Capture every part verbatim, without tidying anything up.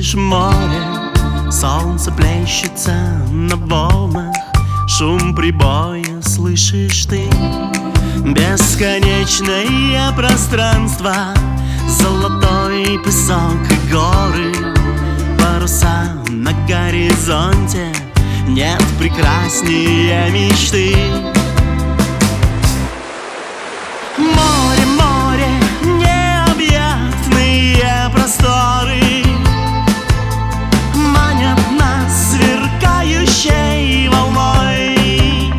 видишь море, солнце плещется на волнах, шум прибоя слышишь ты. Бесконечное пространство, золотой песок и горы, паруса на горизонте, нет прекраснее мечты. Море, море, необъятные просторы манят нас сверкающей волной.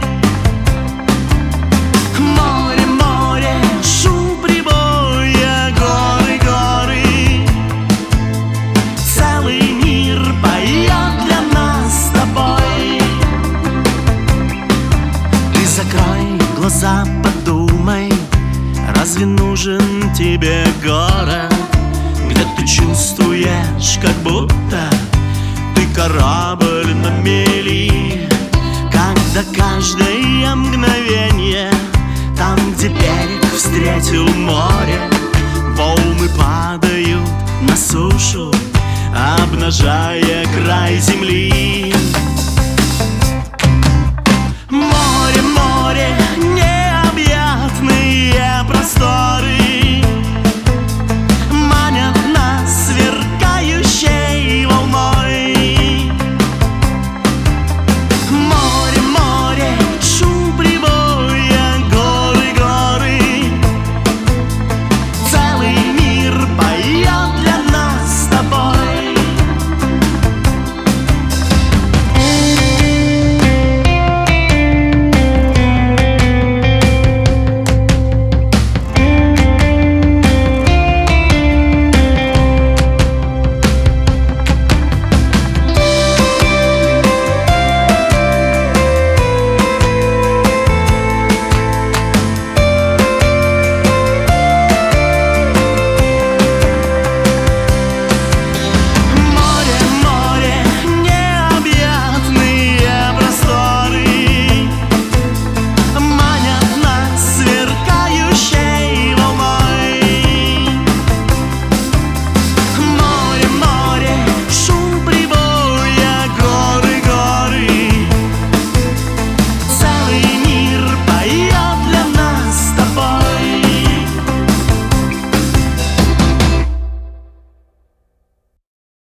Море, море, шум прибоя, горы, горы, целый мир поет для нас с тобой. Ты закрой глаза, подумай, разве нужен тебе город, где ты чувствуешь, как будто ты корабль на мели, когда каждое мгновение там, где берег встретил море, волны падают на сушу, обнажая край земли.